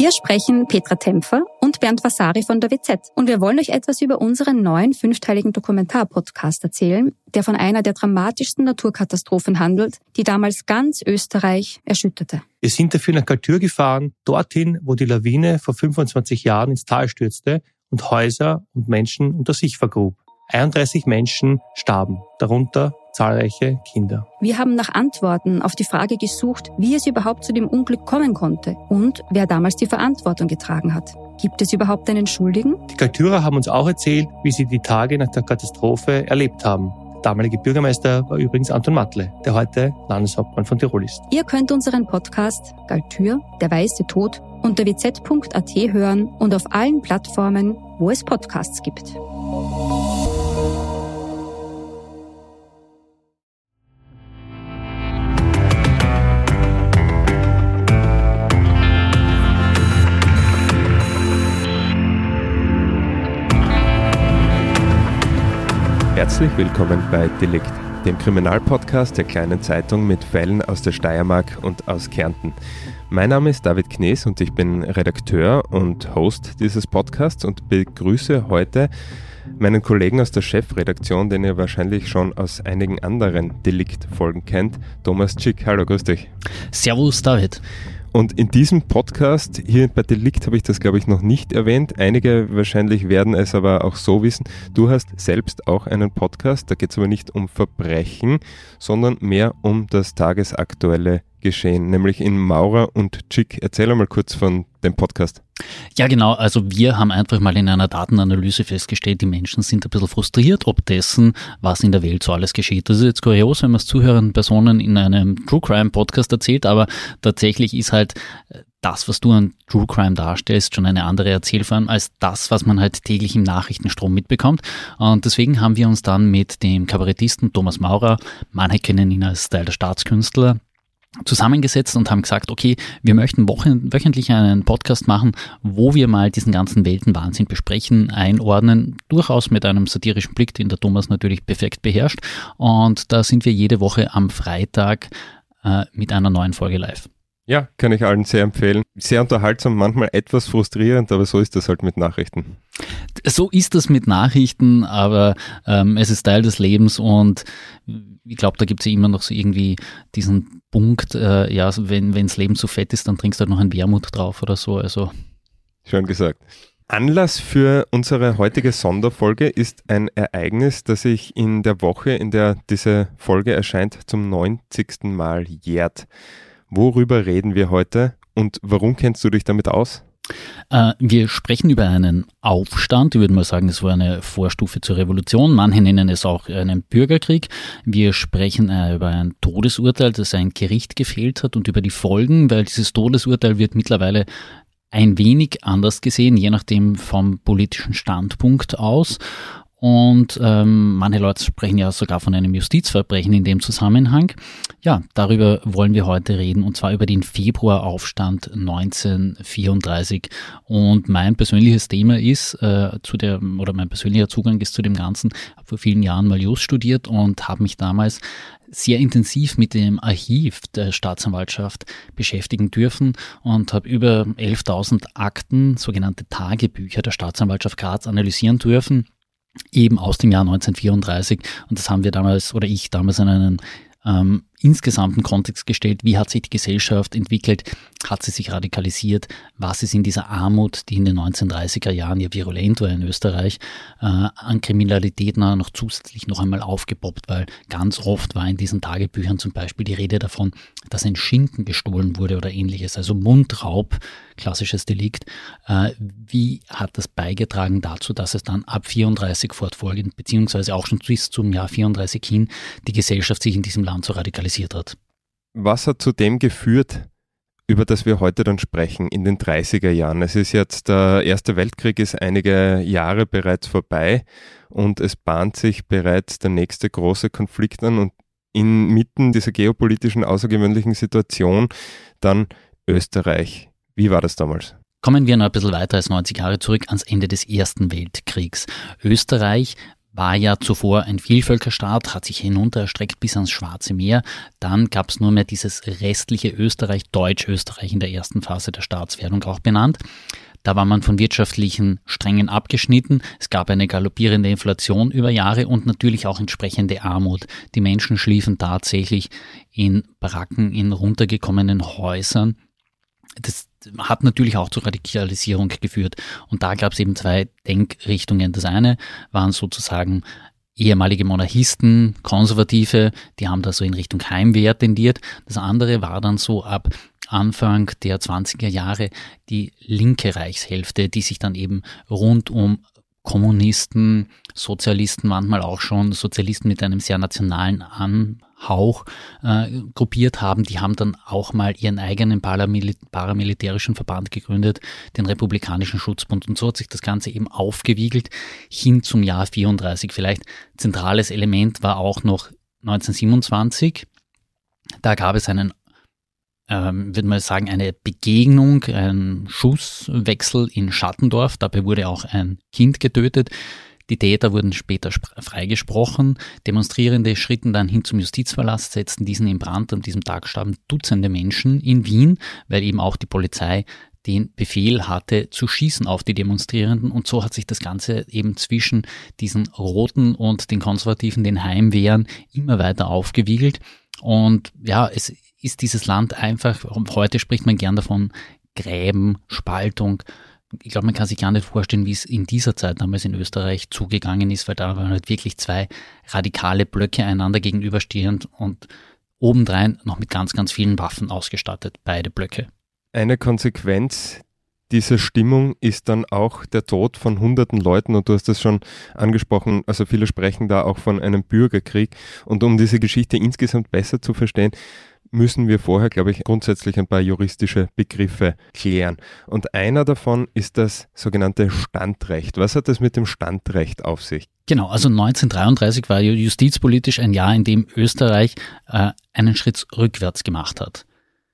Hier sprechen Petra Tempfer und Bernd Vasari von der WZ. Und wir wollen euch etwas über unseren neuen 5-teiligen Dokumentar-Podcast erzählen, der von einer der dramatischsten Naturkatastrophen handelt, die damals ganz Österreich erschütterte. Wir sind dafür nach Galtür gefahren, dorthin, wo die Lawine vor 25 Jahren ins Tal stürzte und Häuser und Menschen unter sich vergrub. 31 Menschen starben, darunter zahlreiche Kinder. Wir haben nach Antworten auf die Frage gesucht, wie es überhaupt zu dem Unglück kommen konnte und wer damals die Verantwortung getragen hat. Gibt es überhaupt einen Schuldigen? Die Galtürer haben uns auch erzählt, wie sie die Tage nach der Katastrophe erlebt haben. Der damalige Bürgermeister war übrigens Anton Matle, der heute Landeshauptmann von Tirol ist. Ihr könnt unseren Podcast Galtür, der weiße Tod unter wz.at hören und auf allen Plattformen, wo es Podcasts gibt. Herzlich willkommen bei Delikt, dem Kriminalpodcast der kleinen Zeitung mit Fällen aus der Steiermark und aus Kärnten. Mein Name ist David Knees und ich bin Redakteur und Host dieses Podcasts und begrüße heute meinen Kollegen aus der Chefredaktion, den ihr wahrscheinlich schon aus einigen anderen Delikt-Folgen kennt, Thomas Tschick. Hallo, grüß dich. Servus, David. Und in diesem Podcast, hier bei Delikt habe ich das, glaube ich, noch nicht erwähnt. Einige wahrscheinlich werden es aber auch so wissen. Du hast selbst auch einen Podcast, da geht es aber nicht um Verbrechen, sondern mehr um das tagesaktuelle Geschehen, nämlich in Maurer und Tschick. Erzähl einmal kurz von dem Podcast. Ja, genau. Also wir haben einfach mal in einer Datenanalyse festgestellt, die Menschen sind ein bisschen frustriert ob dessen, was in der Welt so alles geschieht. Das ist jetzt kurios, wenn man es zuhörenden Personen in einem True Crime Podcast erzählt, aber tatsächlich ist halt das, was du an True Crime darstellst, schon eine andere Erzählform als das, was man halt täglich im Nachrichtenstrom mitbekommt. Und deswegen haben wir uns dann mit dem Kabarettisten Thomas Maurer, manche kennen ihn als Teil der Staatskünstler, zusammengesetzt und haben gesagt, okay, wir möchten wöchentlich einen Podcast machen, wo wir mal diesen ganzen Weltenwahnsinn besprechen, einordnen, durchaus mit einem satirischen Blick, den der Thomas natürlich perfekt beherrscht. Und da sind wir jede Woche am Freitag mit einer neuen Folge live. Ja, kann ich allen sehr empfehlen. Sehr unterhaltsam, manchmal etwas frustrierend, aber so ist das halt mit Nachrichten. So ist das mit Nachrichten, aber es ist Teil des Lebens und ich glaube, da gibt es ja immer noch so irgendwie diesen Punkt, wenn das Leben zu fett ist, dann trinkst du halt noch ein Wermut drauf oder so. Also. Schön gesagt. Anlass für unsere heutige Sonderfolge ist ein Ereignis, das sich in der Woche, in der diese Folge erscheint, zum 90. Mal jährt. Worüber reden wir heute und warum kennst du dich damit aus? Wir sprechen über einen Aufstand, ich würde mal sagen, es war eine Vorstufe zur Revolution, manche nennen es auch einen Bürgerkrieg. Wir sprechen über ein Todesurteil, das ein Gericht gefällt hat und über die Folgen, weil dieses Todesurteil wird mittlerweile ein wenig anders gesehen, je nachdem vom politischen Standpunkt aus. Und manche Leute sprechen ja sogar von einem Justizverbrechen in dem Zusammenhang. Ja, darüber wollen wir heute reden und zwar über den Februaraufstand 1934. Und mein persönliches Thema ist mein persönlicher Zugang ist zu dem Ganzen. Ich habe vor vielen Jahren mal Jus studiert und habe mich damals sehr intensiv mit dem Archiv der Staatsanwaltschaft beschäftigen dürfen und habe über 11.000 Akten, sogenannte Tagebücher der Staatsanwaltschaft Graz analysieren dürfen. Eben aus dem Jahr 1934 und das haben wir damals oder ich damals in einen insgesamten Kontext gestellt, wie hat sich die Gesellschaft entwickelt, hat sie sich radikalisiert, was ist in dieser Armut, die in den 1930er Jahren ja virulent war in Österreich, an Kriminalität noch zusätzlich noch einmal aufgepoppt, weil ganz oft war in diesen Tagebüchern zum Beispiel die Rede davon, dass ein Schinken gestohlen wurde oder ähnliches, also Mundraub, klassisches Delikt. Wie hat das beigetragen dazu, dass es dann ab 34 fortfolgend, beziehungsweise auch schon bis zum Jahr 34 hin, die Gesellschaft sich in diesem Land so radikalisiert hat? Was hat zu dem geführt, über das wir heute dann sprechen, in den 30er Jahren? Es ist jetzt, der Erste Weltkrieg ist einige Jahre bereits vorbei und es bahnt sich bereits der nächste große Konflikt an und inmitten dieser geopolitischen außergewöhnlichen Situation dann Österreich. Wie war das damals? Kommen wir noch ein bisschen weiter als 90 Jahre zurück ans Ende des Ersten Weltkriegs. Österreich war ja zuvor ein Vielvölkerstaat, hat sich hinunter erstreckt bis ans Schwarze Meer. Dann gab es nur mehr dieses restliche Österreich, Deutsch-Österreich in der ersten Phase der Staatswerdung auch benannt. Da war man von wirtschaftlichen Strängen abgeschnitten. Es gab eine galoppierende Inflation über Jahre und natürlich auch entsprechende Armut. Die Menschen schliefen tatsächlich in Baracken, in runtergekommenen Häusern. Das hat natürlich auch zur Radikalisierung geführt. Und da gab es eben zwei Denkrichtungen. Das eine waren sozusagen ehemalige Monarchisten, Konservative, die haben da so in Richtung Heimwehr tendiert. Das andere war dann so ab Anfang der 20er Jahre die linke Reichshälfte, die sich dann eben rund um Kommunisten, Sozialisten, manchmal auch schon Sozialisten mit einem sehr nationalen Anhauch gruppiert haben. Die haben dann auch mal ihren eigenen paramilitärischen Verband gegründet, den Republikanischen Schutzbund. Und so hat sich das Ganze eben aufgewiegelt hin zum Jahr 34. Vielleicht zentrales Element war auch noch 1927. Da gab es einen würde man sagen, eine Begegnung, ein Schusswechsel in Schattendorf. Dabei wurde auch ein Kind getötet. Die Täter wurden später freigesprochen. Demonstrierende schritten dann hin zum Justizpalast, setzten diesen in Brand. An diesem Tag starben Dutzende Menschen in Wien, weil eben auch die Polizei den Befehl hatte, zu schießen auf die Demonstrierenden. Und so hat sich das Ganze eben zwischen diesen Roten und den Konservativen, den Heimwehren, immer weiter aufgewiegelt. Und ja, es ist dieses Land einfach, heute spricht man gern davon, Gräben, Spaltung. Ich glaube, man kann sich gar nicht vorstellen, wie es in dieser Zeit damals in Österreich zugegangen ist, weil da waren halt wirklich zwei radikale Blöcke einander gegenüberstehend und obendrein noch mit ganz, ganz vielen Waffen ausgestattet, beide Blöcke. Eine Konsequenz dieser Stimmung ist dann auch der Tod von hunderten Leuten und du hast das schon angesprochen, also viele sprechen da auch von einem Bürgerkrieg und um diese Geschichte insgesamt besser zu verstehen, müssen wir vorher, glaube ich, grundsätzlich ein paar juristische Begriffe klären. Und einer davon ist das sogenannte Standrecht. Was hat das mit dem Standrecht auf sich? Genau, also 1933 war justizpolitisch ein Jahr, in dem Österreich einen Schritt rückwärts gemacht hat.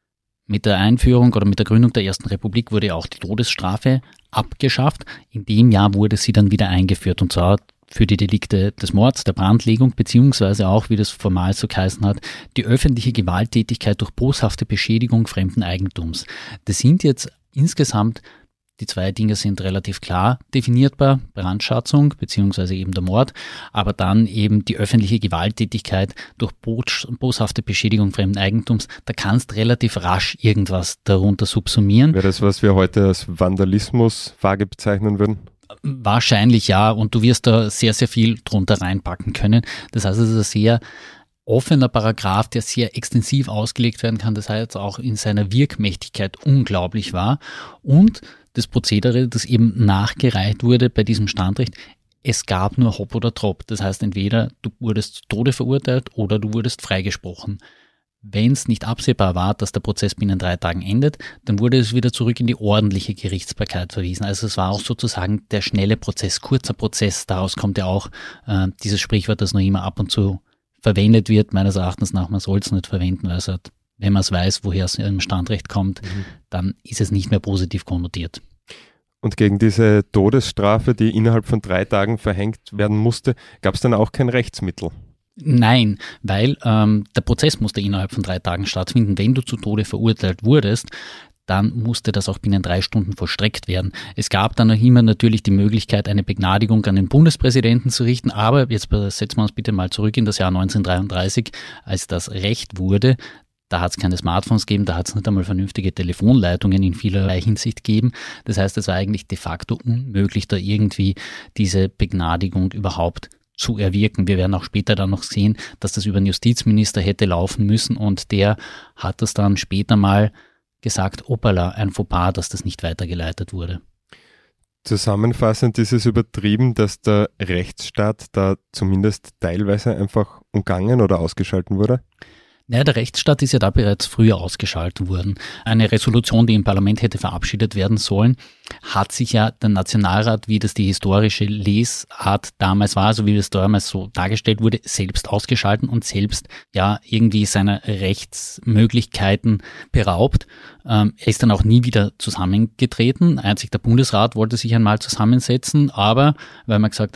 Mit der Einführung oder mit der Gründung der Ersten Republik wurde auch die Todesstrafe abgeschafft. In dem Jahr wurde sie dann wieder eingeführt und zwar für die Delikte des Mords, der Brandlegung, beziehungsweise auch, wie das formal so geheißen hat, die öffentliche Gewalttätigkeit durch boshafte Beschädigung fremden Eigentums. Das sind jetzt insgesamt, die zwei Dinge sind relativ klar definierbar, Brandschatzung beziehungsweise eben der Mord, aber dann eben die öffentliche Gewalttätigkeit durch boshafte Beschädigung fremden Eigentums, da kannst relativ rasch irgendwas darunter subsumieren. Wäre das, was wir heute als Vandalismus vage bezeichnen würden? Wahrscheinlich ja, und du wirst da sehr, sehr viel drunter reinpacken können. Das heißt, es ist ein sehr offener Paragraph, der sehr extensiv ausgelegt werden kann, das heißt auch in seiner Wirkmächtigkeit unglaublich war. Und das Prozedere, das eben nachgereicht wurde bei diesem Standrecht, es gab nur Hop oder Trop. Das heißt, entweder du wurdest zu Tode verurteilt oder du wurdest freigesprochen. Wenn es nicht absehbar war, dass der Prozess binnen 3 Tagen endet, dann wurde es wieder zurück in die ordentliche Gerichtsbarkeit verwiesen. Also es war auch sozusagen der schnelle Prozess, kurzer Prozess. Daraus kommt ja auch dieses Sprichwort, das noch immer ab und zu verwendet wird. Meines Erachtens nach, man soll es nicht verwenden, weil es halt, wenn man es weiß, woher es im Standrecht kommt, dann ist es nicht mehr positiv konnotiert. Und gegen diese Todesstrafe, die innerhalb von 3 Tagen verhängt werden musste, gab es dann auch kein Rechtsmittel? Nein, weil der Prozess musste innerhalb von 3 Tagen stattfinden. Wenn du zu Tode verurteilt wurdest, dann musste das auch binnen 3 Stunden vollstreckt werden. Es gab dann noch immer natürlich die Möglichkeit, eine Begnadigung an den Bundespräsidenten zu richten, aber jetzt setzen wir uns bitte mal zurück in das Jahr 1933, als das Recht wurde. Da hat es keine Smartphones gegeben, da hat es nicht einmal vernünftige Telefonleitungen in vielerlei Hinsicht gegeben. Das heißt, es war eigentlich de facto unmöglich, da irgendwie diese Begnadigung überhaupt zu erwirken. Wir werden auch später dann noch sehen, dass das über den Justizminister hätte laufen müssen und der hat das dann später mal gesagt, opala, ein Fauxpas, dass das nicht weitergeleitet wurde. Zusammenfassend ist es übertrieben, dass der Rechtsstaat da zumindest teilweise einfach umgangen oder ausgeschalten wurde? Naja, der Rechtsstaat ist ja da bereits früher ausgeschaltet worden. Eine Resolution, die im Parlament hätte verabschiedet werden sollen, hat sich ja der Nationalrat, wie das die historische Lesart damals war, also wie das damals so dargestellt wurde, selbst ausgeschalten und selbst ja irgendwie seiner Rechtsmöglichkeiten beraubt. Er ist dann auch nie wieder zusammengetreten. Einzig der Bundesrat wollte sich einmal zusammensetzen, aber weil man gesagt hat,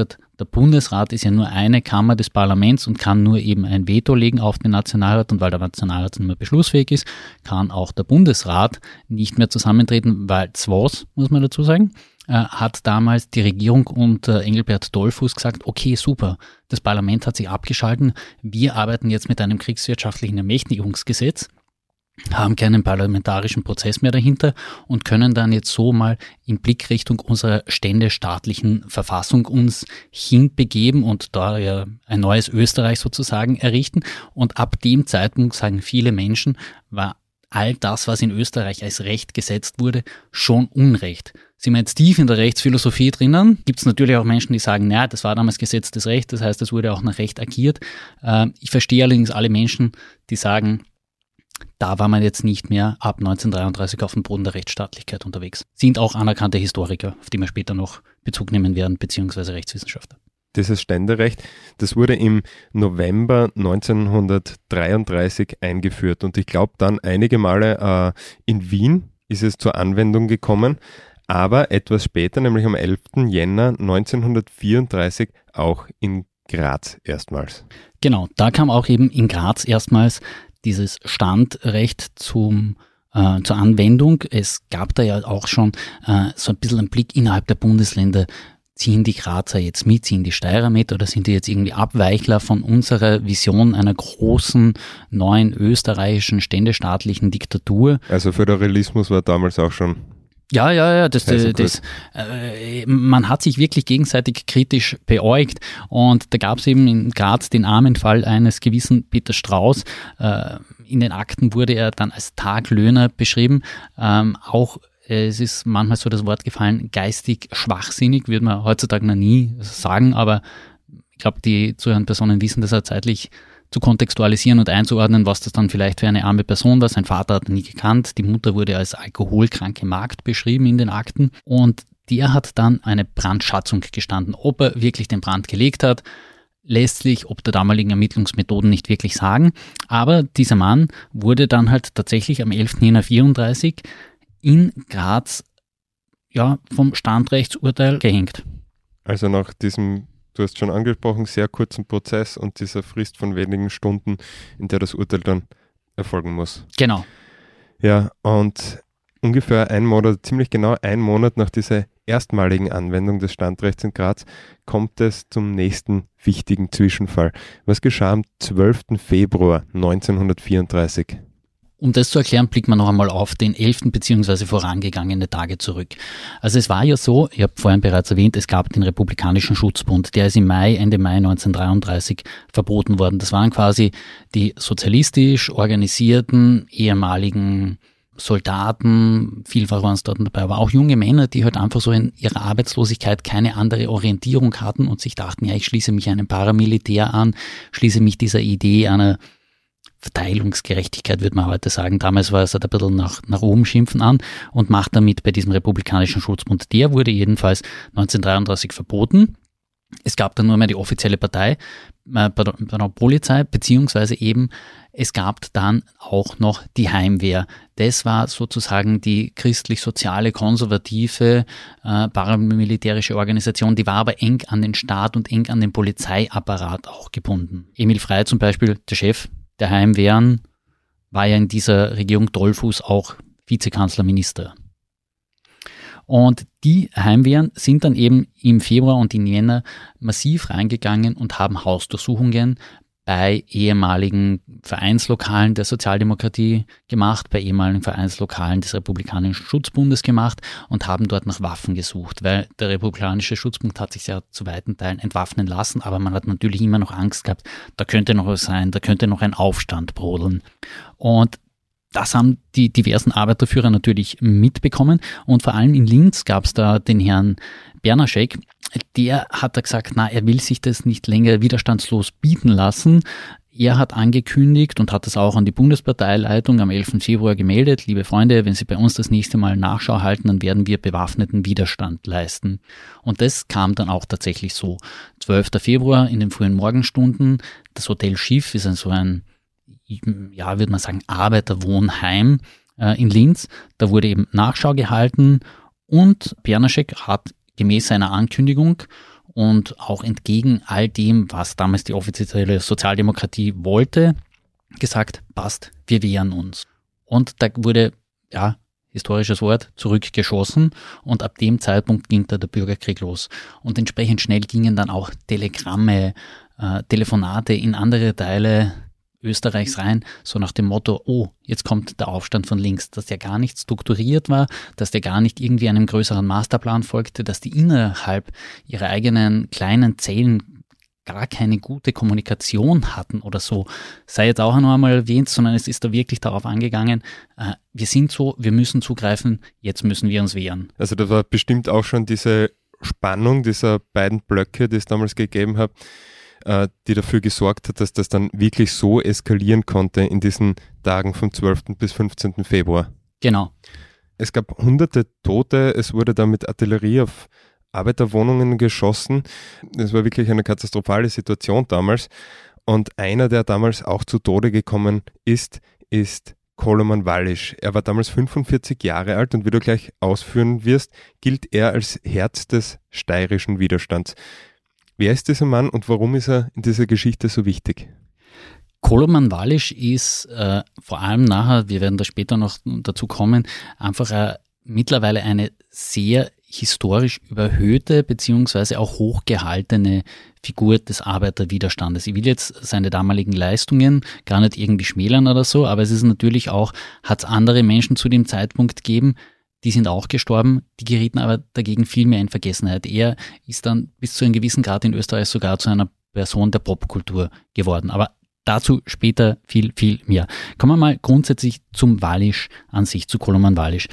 Der Bundesrat ist ja nur eine Kammer des Parlaments und kann nur eben ein Veto legen auf den Nationalrat. Und weil der Nationalrat nicht mehr beschlussfähig ist, kann auch der Bundesrat nicht mehr zusammentreten, weil ZWOS, muss man dazu sagen, hat damals die Regierung unter Engelbert Dollfuß gesagt, okay, super, das Parlament hat sich abgeschalten, wir arbeiten jetzt mit einem kriegswirtschaftlichen Ermächtigungsgesetz, haben keinen parlamentarischen Prozess mehr dahinter und können dann jetzt so mal in Blickrichtung unserer ständestaatlichen Verfassung uns hinbegeben und da ja ein neues Österreich sozusagen errichten. Und ab dem Zeitpunkt, sagen viele Menschen, war all das, was in Österreich als Recht gesetzt wurde, schon Unrecht. Sind wir jetzt tief in der Rechtsphilosophie drinnen? Gibt es natürlich auch Menschen, die sagen, naja, das war damals gesetztes Recht, das heißt, es wurde auch nach Recht agiert. Ich verstehe allerdings alle Menschen, die sagen, da war man jetzt nicht mehr ab 1933 auf dem Boden der Rechtsstaatlichkeit unterwegs. Sind auch anerkannte Historiker, auf die wir später noch Bezug nehmen werden, beziehungsweise Rechtswissenschaftler. Dieses Ständerecht, das wurde im November 1933 eingeführt und ich glaube dann einige Male in Wien ist es zur Anwendung gekommen, aber etwas später, nämlich am 11. Jänner 1934 auch in Graz erstmals. Genau, da kam auch eben in Graz erstmals dieses Standrecht zur Anwendung. Es gab da ja auch schon so ein bisschen einen Blick innerhalb der Bundesländer. Ziehen die Grazer jetzt mit, ziehen die Steirer mit oder sind die jetzt irgendwie Abweichler von unserer Vision einer großen, neuen österreichischen ständestaatlichen Diktatur? Also Föderalismus war damals auch schon... Ja, man hat sich wirklich gegenseitig kritisch beäugt und da gab es eben in Graz den armen Fall eines gewissen Peter Strauß. In den Akten wurde er dann als Taglöhner beschrieben. Es ist manchmal so das Wort gefallen, geistig schwachsinnig, würde man heutzutage noch nie sagen, aber ich glaube, die zuhörenden Personen wissen das ja zeitlich zu kontextualisieren und einzuordnen, was das dann vielleicht für eine arme Person war. Sein Vater hat er nie gekannt, die Mutter wurde als alkoholkranke Magd beschrieben in den Akten und der hat dann eine Brandschatzung gestanden. Ob er wirklich den Brand gelegt hat, lässt sich ob der damaligen Ermittlungsmethoden nicht wirklich sagen, aber dieser Mann wurde dann halt tatsächlich am 11. Jänner 1934 in Graz vom Standrechtsurteil gehängt. Also nach diesem, du hast schon angesprochen, sehr kurzen Prozess und dieser Frist von wenigen Stunden, in der das Urteil dann erfolgen muss. Genau. Ja, und ungefähr ziemlich genau ein Monat nach dieser erstmaligen Anwendung des Standrechts in Graz kommt es zum nächsten wichtigen Zwischenfall. Was geschah am 12. Februar 1934? Um das zu erklären, blicken wir noch einmal auf den 11. bzw. vorangegangene Tage zurück. Also es war ja so, ich habe vorhin bereits erwähnt, es gab den Republikanischen Schutzbund, der ist Ende Mai 1933 verboten worden. Das waren quasi die sozialistisch organisierten ehemaligen Soldaten, vielfach waren es dort dabei, aber auch junge Männer, die halt einfach so in ihrer Arbeitslosigkeit keine andere Orientierung hatten und sich dachten, ja, ich schließe mich einem Paramilitär an, schließe mich dieser Idee einer Verteilungsgerechtigkeit, würde man heute sagen. Damals war es halt ein bisschen nach oben schimpfen an und macht damit bei diesem Republikanischen Schutzbund. Der wurde jedenfalls 1933 verboten. Es gab dann nur mehr die offizielle Partei bei der Polizei, beziehungsweise eben es gab dann auch noch die Heimwehr. Das war sozusagen die christlich-soziale, konservative, paramilitärische Organisation, die war aber eng an den Staat und eng an den Polizeiapparat auch gebunden. Emil Frey zum Beispiel, der Chef der Heimwehren, war ja in dieser Regierung Dollfuß auch Vizekanzlerminister. Und die Heimwehren sind dann eben im Februar und im Jänner massiv reingegangen und haben Hausdurchsuchungen bei ehemaligen Vereinslokalen der Sozialdemokratie gemacht, bei ehemaligen Vereinslokalen des Republikanischen Schutzbundes gemacht und haben dort nach Waffen gesucht, weil der Republikanische Schutzbund hat sich ja zu weiten Teilen entwaffnen lassen, aber man hat natürlich immer noch Angst gehabt, da könnte noch was sein, da könnte noch ein Aufstand brodeln. Und das haben die diversen Arbeiterführer natürlich mitbekommen und vor allem in Linz gab es da den Herrn Bernaschek, der hat da gesagt, er will sich das nicht länger widerstandslos bieten lassen. Er hat angekündigt und hat das auch an die Bundesparteileitung am 11. Februar gemeldet, liebe Freunde, wenn Sie bei uns das nächste Mal Nachschau halten, dann werden wir bewaffneten Widerstand leisten. Und das kam dann auch tatsächlich so. 12. Februar in den frühen Morgenstunden, das Hotel Schiff ist so ein, würde man sagen, Arbeiterwohnheim in Linz. Da wurde eben Nachschau gehalten und Bernaschek hat gemäß seiner Ankündigung und auch entgegen all dem, was damals die offizielle Sozialdemokratie wollte, gesagt, passt, wir wehren uns. Und da wurde, ja, historisches Wort, zurückgeschossen und ab dem Zeitpunkt ging da der Bürgerkrieg los. Und entsprechend schnell gingen dann auch Telegramme, Telefonate in andere Teile Österreichs rein, so nach dem Motto, oh, jetzt kommt der Aufstand von links, dass der gar nicht strukturiert war, dass der gar nicht irgendwie einem größeren Masterplan folgte, dass die innerhalb ihrer eigenen kleinen Zellen gar keine gute Kommunikation hatten oder so, sei jetzt auch noch einmal erwähnt, sondern es ist da wirklich darauf angegangen, wir sind so, wir müssen zugreifen, jetzt müssen wir uns wehren. Also da war bestimmt auch schon diese Spannung dieser beiden Blöcke, die es damals gegeben hat, die dafür gesorgt hat, dass das dann wirklich so eskalieren konnte in diesen Tagen vom 12. bis 15. Februar. Genau. Es gab hunderte Tote, es wurde da mit Artillerie auf Arbeiterwohnungen geschossen. Das war wirklich eine katastrophale Situation damals. Und einer, der damals auch zu Tode gekommen ist Koloman Wallisch. Er war damals 45 Jahre alt und wie du gleich ausführen wirst, gilt er als Herz des steirischen Widerstands. Wer ist dieser Mann und warum ist er in dieser Geschichte so wichtig? Koloman Wallisch ist vor allem nachher, wir werden da später noch dazu kommen, einfach mittlerweile eine sehr historisch überhöhte beziehungsweise auch hochgehaltene Figur des Arbeiterwiderstandes. Ich will jetzt seine damaligen Leistungen gar nicht irgendwie schmälern oder so, aber es ist natürlich auch, hat es andere Menschen zu dem Zeitpunkt gegeben, die sind auch gestorben, die gerieten aber dagegen viel mehr in Vergessenheit. Er ist dann bis zu einem gewissen Grad in Österreich sogar zu einer Person der Popkultur geworden. Aber dazu später viel, viel mehr. Kommen wir mal grundsätzlich zum Wallisch an sich, zu Koloman Wallisch.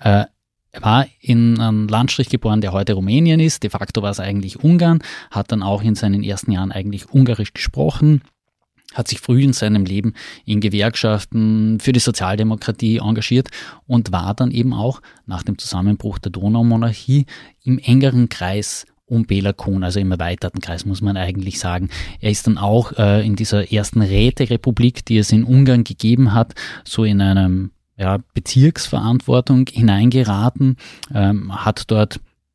Er war in einem Landstrich geboren, der heute Rumänien ist. De facto war es eigentlich Ungarn, hat dann auch in seinen ersten Jahren eigentlich Ungarisch gesprochen, hat sich früh in seinem Leben in Gewerkschaften für die Sozialdemokratie engagiert und war dann eben auch nach dem Zusammenbruch der Donaumonarchie im engeren Kreis um Béla Kun, also im erweiterten Kreis, muss man eigentlich sagen. Er ist dann auch in dieser ersten Räterepublik, die es in Ungarn gegeben hat, so in einem Bezirksverantwortung hineingeraten, hat dort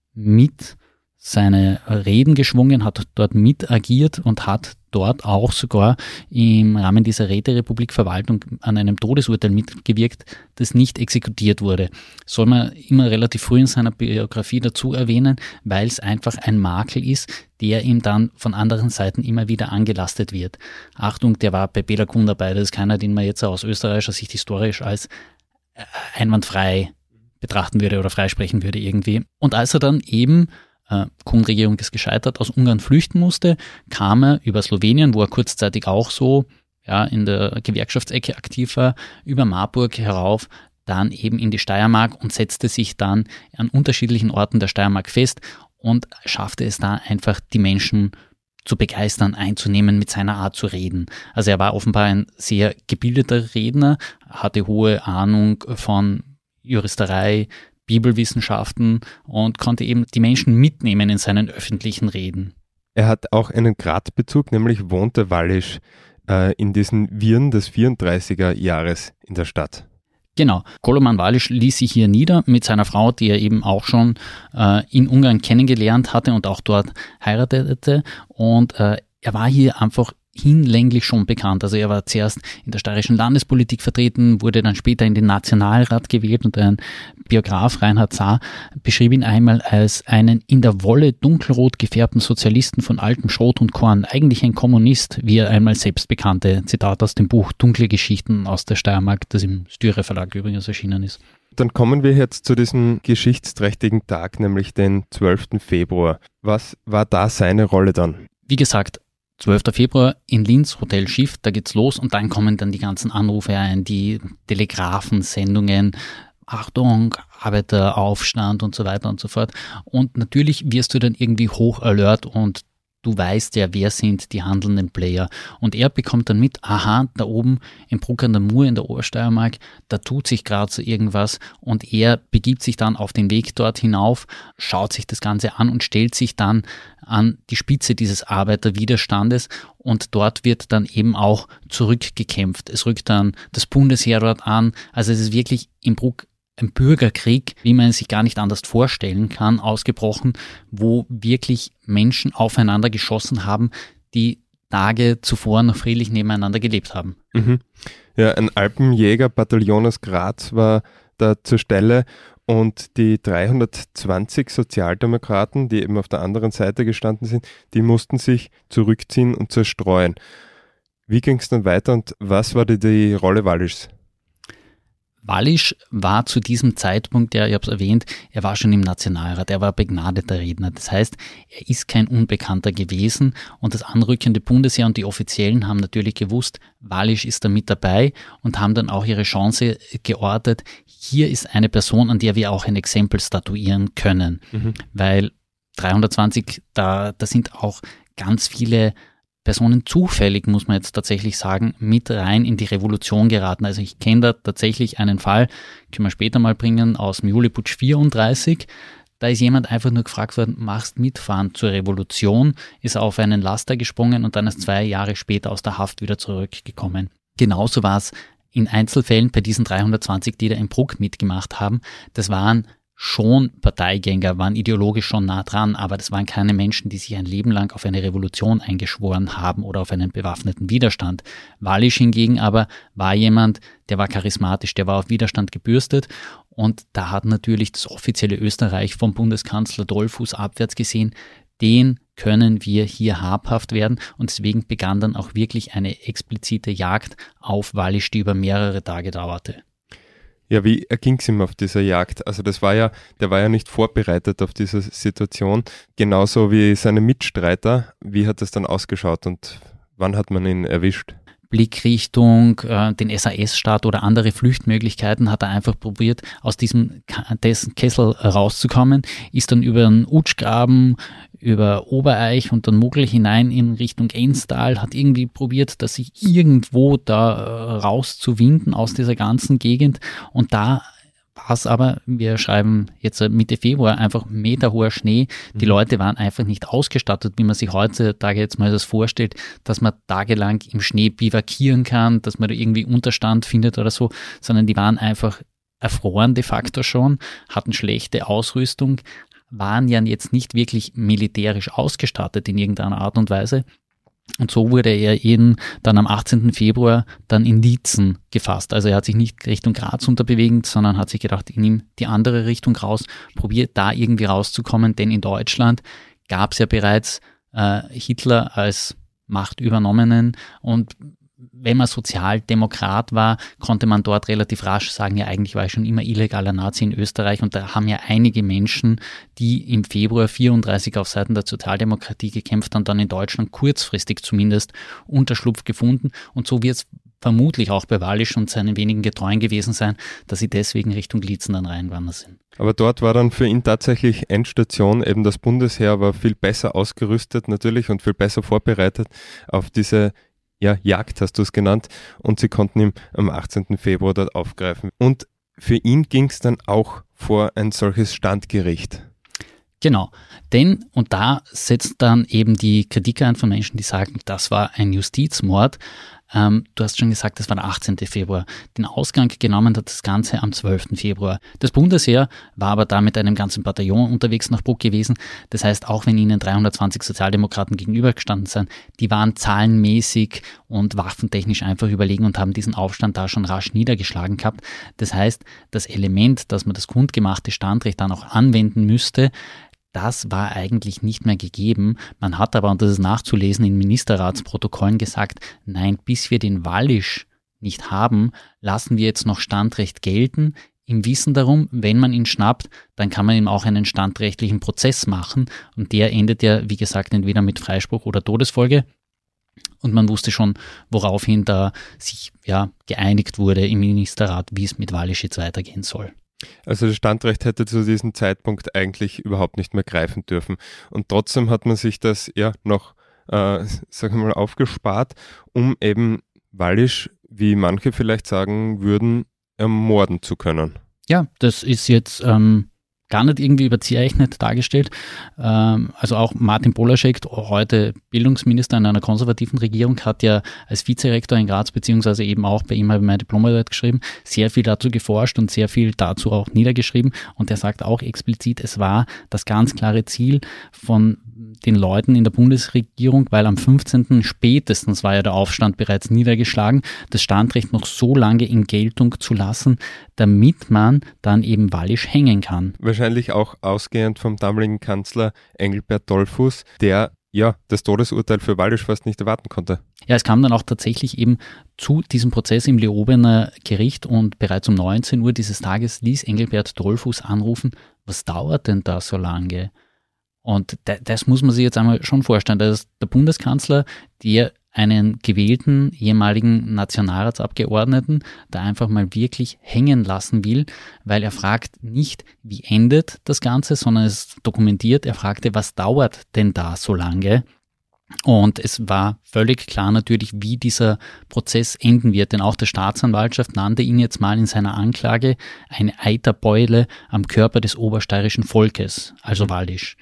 mit seine Reden geschwungen, hat dort mit agiert und hat dort auch sogar im Rahmen dieser Räterepublik-Verwaltung an einem Todesurteil mitgewirkt, das nicht exekutiert wurde. Soll man immer relativ früh in seiner Biografie dazu erwähnen, weil es einfach ein Makel ist, der ihm dann von anderen Seiten immer wieder angelastet wird. Achtung, der war bei Béla Kun dabei, das ist keiner, den man jetzt aus österreichischer Sicht historisch als einwandfrei betrachten würde oder freisprechen würde irgendwie. Und als er dann eben Kun-Regierung ist gescheitert, aus Ungarn flüchten musste, kam er über Slowenien, wo er kurzzeitig auch so in der Gewerkschaftsecke aktiv war, über Marburg herauf, dann eben in die Steiermark und setzte sich dann an unterschiedlichen Orten der Steiermark fest und schaffte es da einfach, die Menschen zu begeistern, einzunehmen, mit seiner Art zu reden. Also er war offenbar ein sehr gebildeter Redner, hatte hohe Ahnung von Juristerei, Bibelwissenschaften und konnte eben die Menschen mitnehmen in seinen öffentlichen Reden. Er hat auch einen Gradbezug, nämlich wohnte Wallisch in diesen Viren des 34er Jahres in der Stadt. Genau. Koloman Wallisch ließ sich hier nieder mit seiner Frau, die er eben auch schon in Ungarn kennengelernt hatte und auch dort heiratete. Und er war hier einfach hinlänglich schon bekannt. Also er war zuerst in der steirischen Landespolitik vertreten, wurde dann später in den Nationalrat gewählt und ein Biograf, Reinhard Saar, beschrieb ihn einmal als einen in der Wolle dunkelrot gefärbten Sozialisten von altem Schrot und Korn, eigentlich ein Kommunist, wie er einmal selbst bekannte. Zitat aus dem Buch Dunkle Geschichten aus der Steiermark, das im Styrer Verlag übrigens erschienen ist. Dann kommen wir jetzt zu diesem geschichtsträchtigen Tag, nämlich den 12. Februar. Was war da seine Rolle dann? Wie gesagt, 12. Februar in Linz, Hotel Schiff, da geht's los und dann kommen dann die ganzen Anrufe ein, die Telegrafensendungen, Achtung, Arbeiteraufstand und so weiter und so fort. Und natürlich wirst du dann irgendwie hoch alert und du weißt ja, wer sind die handelnden Player. Und er bekommt dann mit, aha, da oben im Bruck an der Mur in der Obersteiermark, da tut sich gerade so irgendwas und er begibt sich dann auf den Weg dort hinauf, schaut sich das Ganze an und stellt sich dann an die Spitze dieses Arbeiterwiderstandes und dort wird dann eben auch zurückgekämpft. Es rückt dann das Bundesheer dort an, also es ist wirklich im Bruck ein Bürgerkrieg, wie man sich gar nicht anders vorstellen kann, ausgebrochen, wo wirklich Menschen aufeinander geschossen haben, die Tage zuvor noch friedlich nebeneinander gelebt haben. Mhm. Ja, ein Alpenjägerbataillon aus Graz war da zur Stelle und die 320 Sozialdemokraten, die eben auf der anderen Seite gestanden sind, die mussten sich zurückziehen und zerstreuen. Wie ging es dann weiter und was war die Rolle Wallischs? Wallisch war zu diesem Zeitpunkt, ich habe es erwähnt, er war schon im Nationalrat, er war begnadeter Redner. Das heißt, er ist kein Unbekannter gewesen und das anrückende Bundesheer und die Offiziellen haben natürlich gewusst, Wallisch ist da mit dabei und haben dann auch ihre Chance geortet. Hier ist eine Person, an der wir auch ein Exempel statuieren können, weil 320, da sind auch ganz viele Personen zufällig, muss man jetzt tatsächlich sagen, mit rein in die Revolution geraten. Also ich kenne da tatsächlich einen Fall, können wir später mal bringen, aus dem Juliputsch 34. Da ist jemand einfach nur gefragt worden, machst mitfahren zur Revolution, ist auf einen Laster gesprungen und dann ist 2 Jahre später aus der Haft wieder zurückgekommen. Genauso war es in Einzelfällen bei diesen 320, die da im Bruck mitgemacht haben. Das waren schon Parteigänger, waren ideologisch schon nah dran, aber das waren keine Menschen, die sich ein Leben lang auf eine Revolution eingeschworen haben oder auf einen bewaffneten Widerstand. Wallisch hingegen aber war jemand, der war charismatisch, der war auf Widerstand gebürstet und da hat natürlich das offizielle Österreich vom Bundeskanzler Dollfuß abwärts gesehen, den können wir hier habhaft werden und deswegen begann dann auch wirklich eine explizite Jagd auf Wallisch, die über mehrere Tage dauerte. Ja, wie erging es ihm auf dieser Jagd? Also der war ja nicht vorbereitet auf diese Situation, genauso wie seine Mitstreiter. Wie hat das dann ausgeschaut und wann hat man ihn erwischt? Blickrichtung, den SAS-Start oder andere Flüchtmöglichkeiten hat er einfach probiert, aus diesem Kessel rauszukommen, ist dann über den Utschgraben, über Obereich und dann Muggel hinein in Richtung Enstal, hat irgendwie probiert, dass sich irgendwo da rauszuwinden aus dieser ganzen Gegend und da war es aber, wir schreiben jetzt Mitte Februar, einfach meterhoher Schnee. Die Leute waren einfach nicht ausgestattet, wie man sich heutzutage jetzt mal das vorstellt, dass man tagelang im Schnee bivakieren kann, dass man da irgendwie Unterstand findet oder so, sondern die waren einfach erfroren de facto schon, hatten schlechte Ausrüstung, waren ja jetzt nicht wirklich militärisch ausgestattet in irgendeiner Art und Weise. Und so wurde er eben dann am 18. Februar dann in Liezen gefasst. Also er hat sich nicht Richtung Graz unterbewegt, sondern hat sich gedacht, ich nehme die andere Richtung raus, probiert da irgendwie rauszukommen, denn in Deutschland gab es ja bereits Hitler als Machtübernommenen und wenn man Sozialdemokrat war, konnte man dort relativ rasch sagen, ja eigentlich war ich schon immer illegaler Nazi in Österreich und da haben ja einige Menschen, die im Februar 34 auf Seiten der Sozialdemokratie gekämpft haben, dann in Deutschland kurzfristig zumindest Unterschlupf gefunden und so wird es vermutlich auch bei Wallisch und seinen wenigen Getreuen gewesen sein, dass sie deswegen Richtung Liezen dann reinwandern sind. Aber dort war dann für ihn tatsächlich Endstation, eben das Bundesheer war viel besser ausgerüstet natürlich und viel besser vorbereitet auf diese Jagd hast du es genannt und sie konnten ihn am 18. Februar dort aufgreifen. Und für ihn ging es dann auch vor ein solches Standgericht. Genau, denn, und da setzt dann eben die Kritik ein von Menschen, die sagen, das war ein Justizmord. Du hast schon gesagt, das war der 18. Februar. Den Ausgang genommen hat das Ganze am 12. Februar. Das Bundesheer war aber da mit einem ganzen Bataillon unterwegs nach Bruck gewesen. Das heißt, auch wenn ihnen 320 Sozialdemokraten gegenübergestanden sind, die waren zahlenmäßig und waffentechnisch einfach überlegen und haben diesen Aufstand da schon rasch niedergeschlagen gehabt. Das heißt, das Element, dass man das kundgemachte Standrecht dann auch anwenden müsste, das war eigentlich nicht mehr gegeben. Man hat aber, und das ist nachzulesen in Ministerratsprotokollen, gesagt, nein, bis wir den Wallisch nicht haben, lassen wir jetzt noch Standrecht gelten. Im Wissen darum, wenn man ihn schnappt, dann kann man ihm auch einen standrechtlichen Prozess machen. Und der endet ja, wie gesagt, entweder mit Freispruch oder Todesfolge. Und man wusste schon, woraufhin da sich geeinigt wurde im Ministerrat, wie es mit Wallisch jetzt weitergehen soll. Also das Standrecht hätte zu diesem Zeitpunkt eigentlich überhaupt nicht mehr greifen dürfen. Und trotzdem hat man sich das noch, aufgespart, um eben Wallisch, wie manche vielleicht sagen würden, ermorden zu können. Ja, das ist jetzt gar nicht irgendwie überzeichnet dargestellt. Also auch Martin Polaschek, heute Bildungsminister in einer konservativen Regierung, hat ja als Vizerektor in Graz, beziehungsweise eben auch bei ihm habe ich meine Diplomarbeit geschrieben, sehr viel dazu geforscht und sehr viel dazu auch niedergeschrieben. Und er sagt auch explizit, es war das ganz klare Ziel von den Leuten in der Bundesregierung, weil am 15. spätestens war ja der Aufstand bereits niedergeschlagen, das Standrecht noch so lange in Geltung zu lassen, damit man dann eben Wallisch hängen kann. Wahrscheinlich auch ausgehend vom damaligen Kanzler Engelbert Dollfuß, der ja das Todesurteil für Wallisch fast nicht erwarten konnte. Ja, es kam dann auch tatsächlich eben zu diesem Prozess im Leobener Gericht und bereits um 19 Uhr dieses Tages ließ Engelbert Dollfuß anrufen, was dauert denn da so lange? Und das muss man sich jetzt einmal schon vorstellen. Das ist der Bundeskanzler, der einen gewählten ehemaligen Nationalratsabgeordneten da einfach mal wirklich hängen lassen will, weil er fragt nicht, wie endet das Ganze, sondern es dokumentiert, er fragte, was dauert denn da so lange? Und es war völlig klar natürlich, wie dieser Prozess enden wird, denn auch die Staatsanwaltschaft nannte ihn jetzt mal in seiner Anklage eine Eiterbeule am Körper des obersteirischen Volkes, also Wallisch.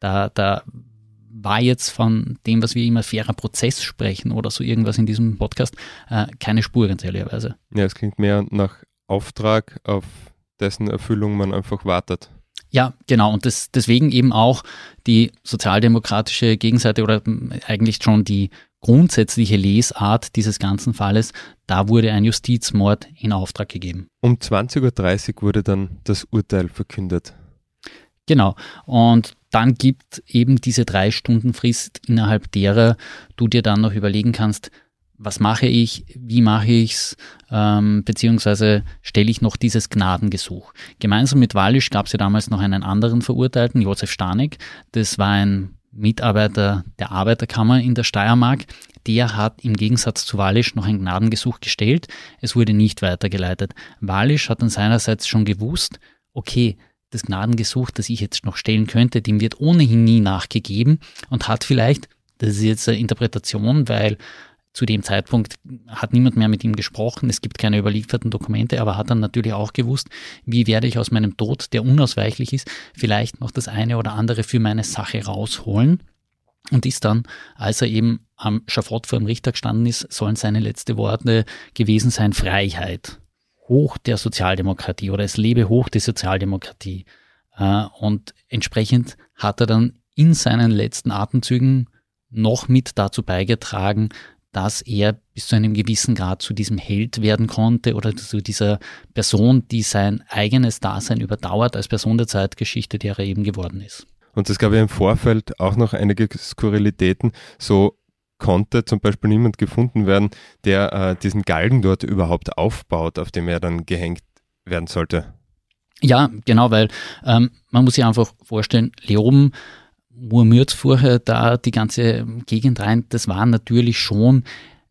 Da war jetzt von dem, was wir immer fairer Prozess sprechen oder so irgendwas in diesem Podcast, keine Spur, ganz ehrlicherweise. Ja, es klingt mehr nach Auftrag, auf dessen Erfüllung man einfach wartet. Ja, genau. Und deswegen eben auch die sozialdemokratische Gegenseite oder eigentlich schon die grundsätzliche Lesart dieses ganzen Falles, da wurde ein Justizmord in Auftrag gegeben. Um 20.30 Uhr wurde dann das Urteil verkündet. Genau. Und dann gibt eben diese 3 Stunden Frist, innerhalb derer du dir dann noch überlegen kannst, was mache ich, wie mache ich es, beziehungsweise stelle ich noch dieses Gnadengesuch. Gemeinsam mit Wallisch gab es ja damals noch einen anderen Verurteilten, Josef Stanek. Das war ein Mitarbeiter der Arbeiterkammer in der Steiermark. Der hat im Gegensatz zu Wallisch noch ein Gnadengesuch gestellt. Es wurde nicht weitergeleitet. Wallisch hat dann seinerseits schon gewusst, okay, das Gnadengesuch, das ich jetzt noch stellen könnte, dem wird ohnehin nie nachgegeben und hat vielleicht, das ist jetzt eine Interpretation, weil zu dem Zeitpunkt hat niemand mehr mit ihm gesprochen, es gibt keine überlieferten Dokumente, aber hat dann natürlich auch gewusst, wie werde ich aus meinem Tod, der unausweichlich ist, vielleicht noch das eine oder andere für meine Sache rausholen und ist dann, als er eben am Schafott vor dem Richter gestanden ist, sollen seine letzten Worte gewesen sein, Freiheit. Hoch der Sozialdemokratie oder es lebe hoch die Sozialdemokratie. Und entsprechend hat er dann in seinen letzten Atemzügen noch mit dazu beigetragen, dass er bis zu einem gewissen Grad zu diesem Held werden konnte oder zu dieser Person, die sein eigenes Dasein überdauert als Person der Zeitgeschichte, der er eben geworden ist. Und es gab ja im Vorfeld auch noch einige Skurrilitäten, so konnte zum Beispiel niemand gefunden werden, der diesen Galgen dort überhaupt aufbaut, auf dem er dann gehängt werden sollte. Ja, genau, weil man muss sich einfach vorstellen, Leoben, Murmürz vorher da die ganze Gegend rein, das war natürlich schon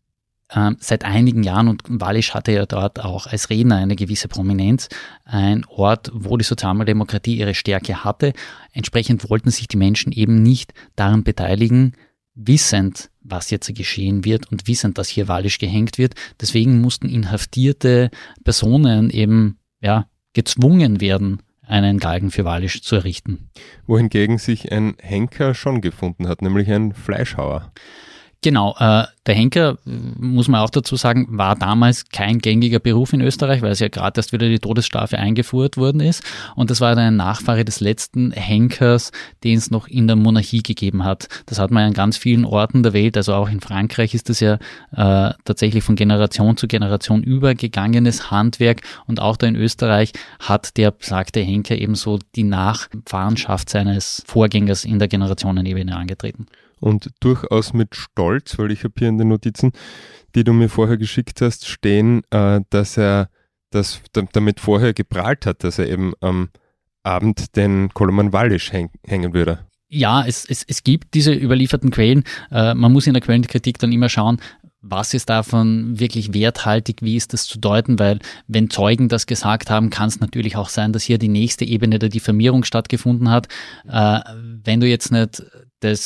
seit einigen Jahren, und Wallisch hatte ja dort auch als Redner eine gewisse Prominenz, ein Ort, wo die Sozialdemokratie ihre Stärke hatte. Entsprechend wollten sich die Menschen eben nicht daran beteiligen, wissend, was jetzt geschehen wird und wissend, dass hier Wallisch gehängt wird. Deswegen mussten inhaftierte Personen eben gezwungen werden, einen Galgen für Wallisch zu errichten. Wohingegen sich ein Henker schon gefunden hat, nämlich ein Fleischhauer. Genau, der Henker, muss man auch dazu sagen, war damals kein gängiger Beruf in Österreich, weil es ja gerade erst wieder die Todesstrafe eingeführt worden ist. Und das war ein Nachfahre des letzten Henkers, den es noch in der Monarchie gegeben hat. Das hat man ja an ganz vielen Orten der Welt, also auch in Frankreich ist das ja tatsächlich von Generation zu Generation übergegangenes Handwerk. Und auch da in Österreich hat der besagte Henker ebenso die Nachfahrenschaft seines Vorgängers in der Generationenebene angetreten. Und durchaus mit Stolz, weil ich habe hier in den Notizen, die du mir vorher geschickt hast, stehen, dass er das damit vorher geprahlt hat, dass er eben am Abend den Koloman Wallisch hängen würde. Ja, es gibt diese überlieferten Quellen. Man muss in der Quellenkritik dann immer schauen, was ist davon wirklich werthaltig, wie ist das zu deuten, weil wenn Zeugen das gesagt haben, kann es natürlich auch sein, dass hier die nächste Ebene der Diffamierung stattgefunden hat. Wenn du jetzt nicht das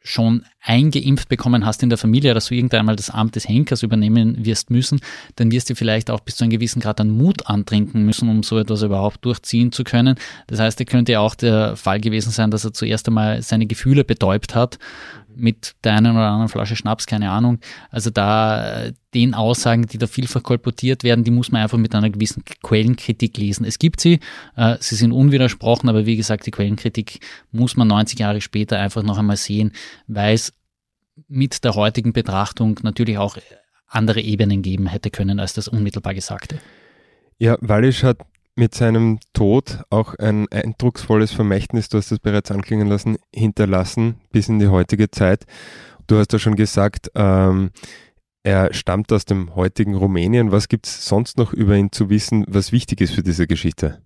schon eingeimpft bekommen hast in der Familie, dass du irgendwann mal das Amt des Henkers übernehmen wirst müssen, dann wirst du vielleicht auch bis zu einem gewissen Grad an Mut antrinken müssen, um so etwas überhaupt durchziehen zu können. Das heißt, es könnte ja auch der Fall gewesen sein, dass er zuerst einmal seine Gefühle betäubt hat mit der einen oder anderen Flasche Schnaps, keine Ahnung. Also da den Aussagen, die da vielfach kolportiert werden, die muss man einfach mit einer gewissen Quellenkritik lesen. Es gibt sie sind unwidersprochen, aber wie gesagt, die Quellenkritik muss man 90 Jahre später einfach noch einmal sehen, weil es mit der heutigen Betrachtung natürlich auch andere Ebenen geben hätte können als das unmittelbar Gesagte. Ja, Wallisch hat mit seinem Tod auch ein eindrucksvolles Vermächtnis, du hast das bereits anklingen lassen, hinterlassen bis in die heutige Zeit. Du hast ja schon gesagt, er stammt aus dem heutigen Rumänien. Was gibt es sonst noch über ihn zu wissen, was wichtig ist für diese Geschichte?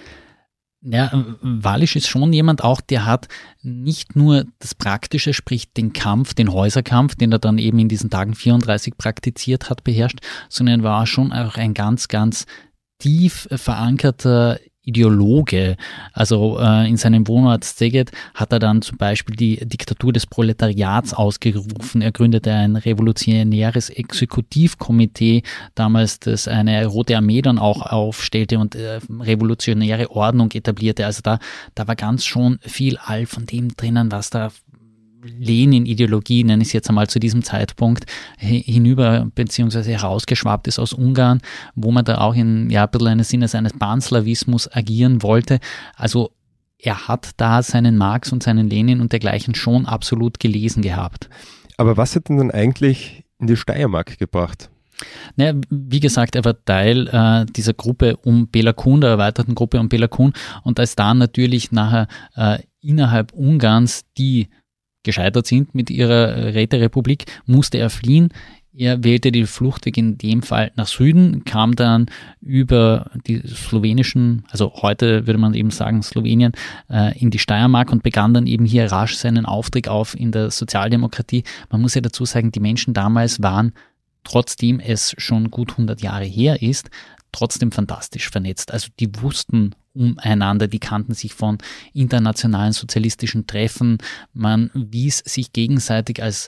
Ja, Wallisch ist schon jemand auch, der hat nicht nur das Praktische, sprich den Kampf, den Häuserkampf, den er dann eben in diesen Tagen 34 praktiziert hat, beherrscht, sondern war schon auch ein ganz, ganz tief verankerter Ideologe. Also in seinem Wohnort Szeged hat er dann zum Beispiel die Diktatur des Proletariats ausgerufen. Er gründete ein revolutionäres Exekutivkomitee, damals das eine Rote Armee dann auch aufstellte und revolutionäre Ordnung etablierte. Also da war ganz schon viel all von dem drinnen, was da Lenin-Ideologie, nenne ich es jetzt einmal zu diesem Zeitpunkt, hinüber bzw. herausgeschwappt ist aus Ungarn, wo man da auch in ein bisschen einem Sinne eines Panslawismus agieren wollte. Also er hat da seinen Marx und seinen Lenin und dergleichen schon absolut gelesen gehabt. Aber was hat ihn dann eigentlich in die Steiermark gebracht? Naja, wie gesagt, er war Teil dieser Gruppe um Béla Kun, der erweiterten Gruppe um Béla Kun, und als dann natürlich nachher innerhalb Ungarns die gescheitert sind mit ihrer Räterepublik, musste er fliehen. Er wählte den Fluchtweg in dem Fall nach Süden, kam dann über die slowenischen, also heute würde man eben sagen Slowenien, in die Steiermark und begann dann eben hier rasch seinen Aufstieg auf in der Sozialdemokratie. Man muss ja dazu sagen, die Menschen damals waren, trotzdem es schon gut 100 Jahre her ist, trotzdem fantastisch vernetzt. Also die wussten umeinander, die kannten sich von internationalen sozialistischen Treffen, man wies sich gegenseitig als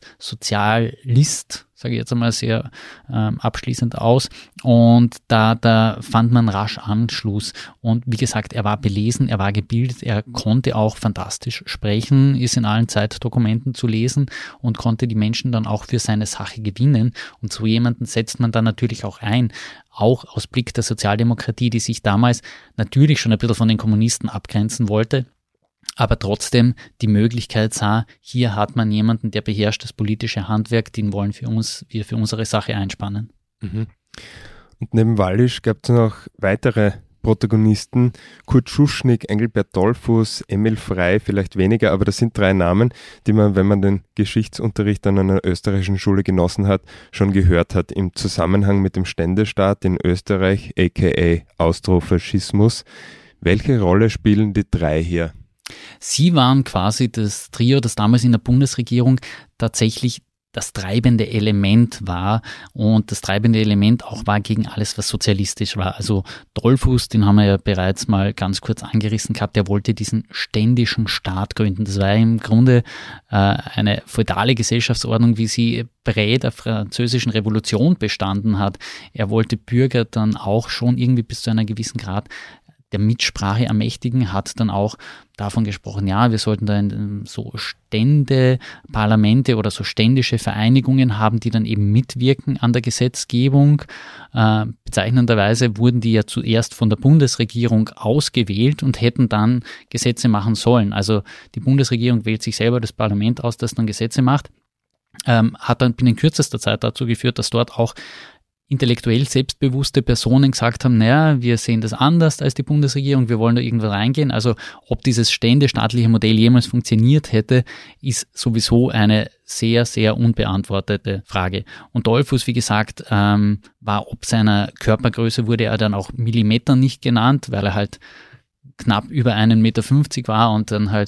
Sozialist, sage ich jetzt einmal sehr abschließend aus, und da fand man rasch Anschluss. Und wie gesagt, er war belesen, er war gebildet, er konnte auch fantastisch sprechen, ist in allen Zeitdokumenten zu lesen und konnte die Menschen dann auch für seine Sache gewinnen. Und so jemanden setzt man dann natürlich auch ein, auch aus Blick der Sozialdemokratie, die sich damals natürlich schon ein bisschen von den Kommunisten abgrenzen wollte, aber trotzdem die Möglichkeit sah, hier hat man jemanden, der beherrscht das politische Handwerk, den wollen wir für unsere Sache einspannen. Mhm. Und neben Wallisch gab es noch weitere Protagonisten, Kurt Schuschnigg, Engelbert Dollfuß, Emil Frey, vielleicht weniger, aber das sind 3 Namen, die man, wenn man den Geschichtsunterricht an einer österreichischen Schule genossen hat, schon gehört hat im Zusammenhang mit dem Ständestaat in Österreich, aka Austrofaschismus. Welche Rolle spielen die 3 hier? Sie waren quasi das Trio, das damals in der Bundesregierung tatsächlich das treibende Element war, und das treibende Element auch war gegen alles, was sozialistisch war. Also Dollfuß, den haben wir ja bereits mal ganz kurz angerissen gehabt, der wollte diesen ständischen Staat gründen. Das war im Grunde eine feudale Gesellschaftsordnung, wie sie prä der französischen Revolution bestanden hat. Er wollte Bürger dann auch schon irgendwie bis zu einer gewissen Grad der Mitsprache ermächtigen, hat dann auch davon gesprochen, ja, wir sollten da so Stände, Parlamente oder so ständische Vereinigungen haben, die dann eben mitwirken an der Gesetzgebung. Bezeichnenderweise wurden die ja zuerst von der Bundesregierung ausgewählt und hätten dann Gesetze machen sollen. Also die Bundesregierung wählt sich selber das Parlament aus, das dann Gesetze macht. Hat dann binnen kürzester Zeit dazu geführt, dass dort auch intellektuell selbstbewusste Personen gesagt haben, naja, wir sehen das anders als die Bundesregierung, wir wollen da irgendwo reingehen. Also ob dieses ständestaatliche Modell jemals funktioniert hätte, ist sowieso eine sehr, sehr unbeantwortete Frage. Und Dollfuß, wie gesagt, war ob seiner Körpergröße, wurde er dann auch Millimeter nicht genannt, weil er halt knapp über 1,50 Meter war und dann halt,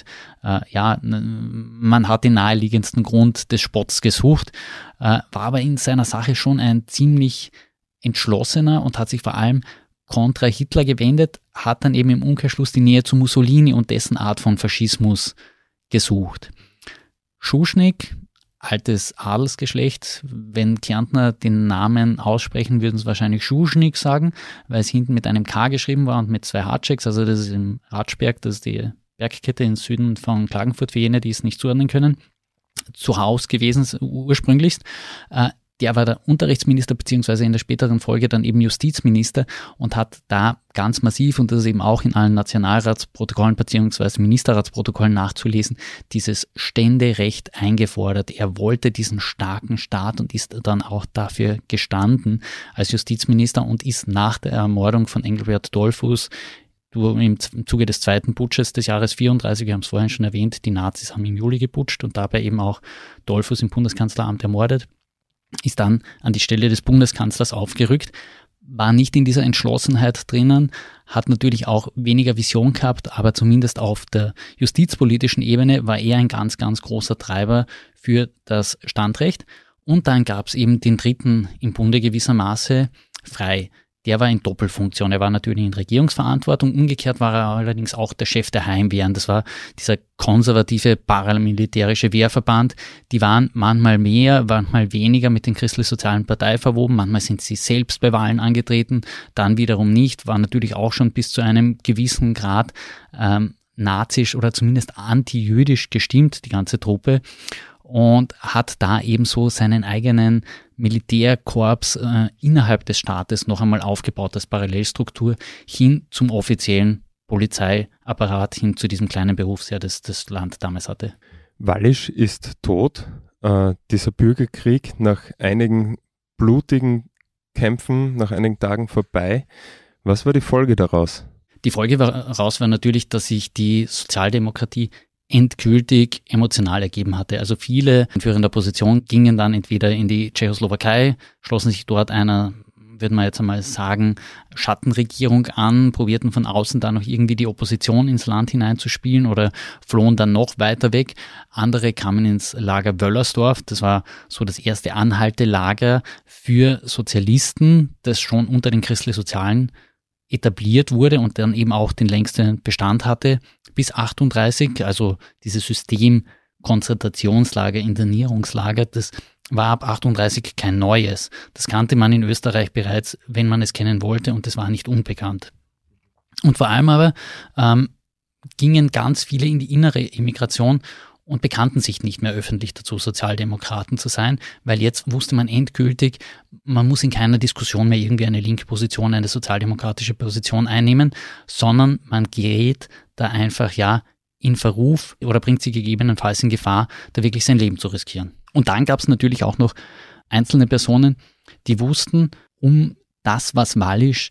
man hat den naheliegendsten Grund des Spotts gesucht, war aber in seiner Sache schon ein ziemlich entschlossener und hat sich vor allem kontra Hitler gewendet, hat dann eben im Umkehrschluss die Nähe zu Mussolini und dessen Art von Faschismus gesucht. Schuschnigg, altes Adelsgeschlecht. Wenn Kärntner den Namen aussprechen, würden sie wahrscheinlich Schuschnigg sagen, weil es hinten mit einem K geschrieben war und mit 2 Hatscheks. Also das ist im Ratschberg, das ist die Bergkette im Süden von Klagenfurt, für jene, die es nicht zuordnen können, zu Hause gewesen ursprünglichst. Der war der Unterrichtsminister beziehungsweise in der späteren Folge dann eben Justizminister und hat da ganz massiv, und das ist eben auch in allen Nationalratsprotokollen beziehungsweise Ministerratsprotokollen nachzulesen, dieses Ständerecht eingefordert. Er wollte diesen starken Staat und ist dann auch dafür gestanden als Justizminister und ist nach der Ermordung von Engelbert Dollfuß im Zuge des zweiten Putsches des Jahres 34, wir haben es vorhin schon erwähnt, die Nazis haben im Juli geputscht und dabei eben auch Dollfuß im Bundeskanzleramt ermordet, ist dann an die Stelle des Bundeskanzlers aufgerückt, war nicht in dieser Entschlossenheit drinnen, hat natürlich auch weniger Vision gehabt, aber zumindest auf der justizpolitischen Ebene war er ein ganz, ganz großer Treiber für das Standrecht. Und dann gab es eben den dritten im Bunde gewissermaßen, Frey. Der war in Doppelfunktion. Er war natürlich in Regierungsverantwortung. Umgekehrt war er allerdings auch der Chef der Heimwehren. Das war dieser konservative paramilitärische Wehrverband. Die waren manchmal mehr, manchmal weniger mit der Christlich-Sozialen Partei verwoben. Manchmal sind sie selbst bei Wahlen angetreten, dann wiederum nicht. War natürlich auch schon bis zu einem gewissen Grad nazisch oder zumindest antijüdisch gestimmt, die ganze Truppe. Und hat da ebenso seinen eigenen Militärkorps innerhalb des Staates noch einmal aufgebaut als Parallelstruktur hin zum offiziellen Polizeiapparat, hin zu diesem kleinen Berufsheer, das das Land damals hatte. Wallisch ist tot. Dieser Bürgerkrieg nach einigen blutigen Kämpfen, nach einigen Tagen vorbei. Was war die Folge daraus? Die Folge daraus war natürlich, dass sich die Sozialdemokratie endgültig emotional ergeben hatte. Also viele in führender Position gingen dann entweder in die Tschechoslowakei, schlossen sich dort einer, würde man jetzt einmal sagen, Schattenregierung an, probierten von außen dann noch irgendwie die Opposition ins Land hineinzuspielen oder flohen dann noch weiter weg. Andere kamen ins Lager Wöllersdorf. Das war so das erste Anhaltelager für Sozialisten, das schon unter den Christlich-Sozialen etabliert wurde und dann eben auch den längsten Bestand hatte bis 38, also dieses System Konzentrationslager, Internierungslager, das war ab 38 kein neues. Das kannte man in Österreich bereits, wenn man es kennen wollte, und das war nicht unbekannt. Und vor allem aber gingen ganz viele in die innere Emigration und bekannten sich nicht mehr öffentlich dazu, Sozialdemokraten zu sein, weil jetzt wusste man endgültig, man muss in keiner Diskussion mehr irgendwie eine linke Position, eine sozialdemokratische Position einnehmen, sondern man gerät da einfach in Verruf oder bringt sie gegebenenfalls in Gefahr, da wirklich sein Leben zu riskieren. Und dann gab es natürlich auch noch einzelne Personen, die wussten um das, was Wallisch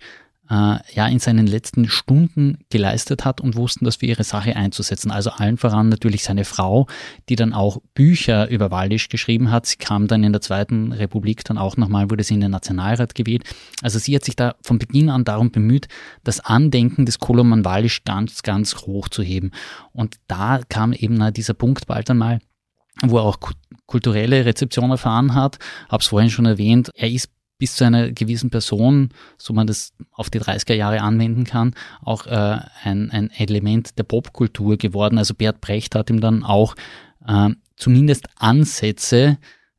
in seinen letzten Stunden geleistet hat und wussten, das für ihre Sache einzusetzen. Also allen voran natürlich seine Frau, die dann auch Bücher über Wallisch geschrieben hat. Sie kam dann in der Zweiten Republik dann auch nochmal, wurde sie in den Nationalrat gewählt. Also sie hat sich da von Beginn an darum bemüht, das Andenken des Koloman Wallisch ganz, ganz hoch zu heben. Und da kam eben dieser Punkt bald einmal, wo er auch kulturelle Rezeption erfahren hat. Habe es vorhin schon erwähnt, er ist bis zu einer gewissen Person, so man das auf die 30er Jahre anwenden kann, auch ein Element der Popkultur geworden. Also Bert Brecht hat ihm dann auch zumindest Ansätze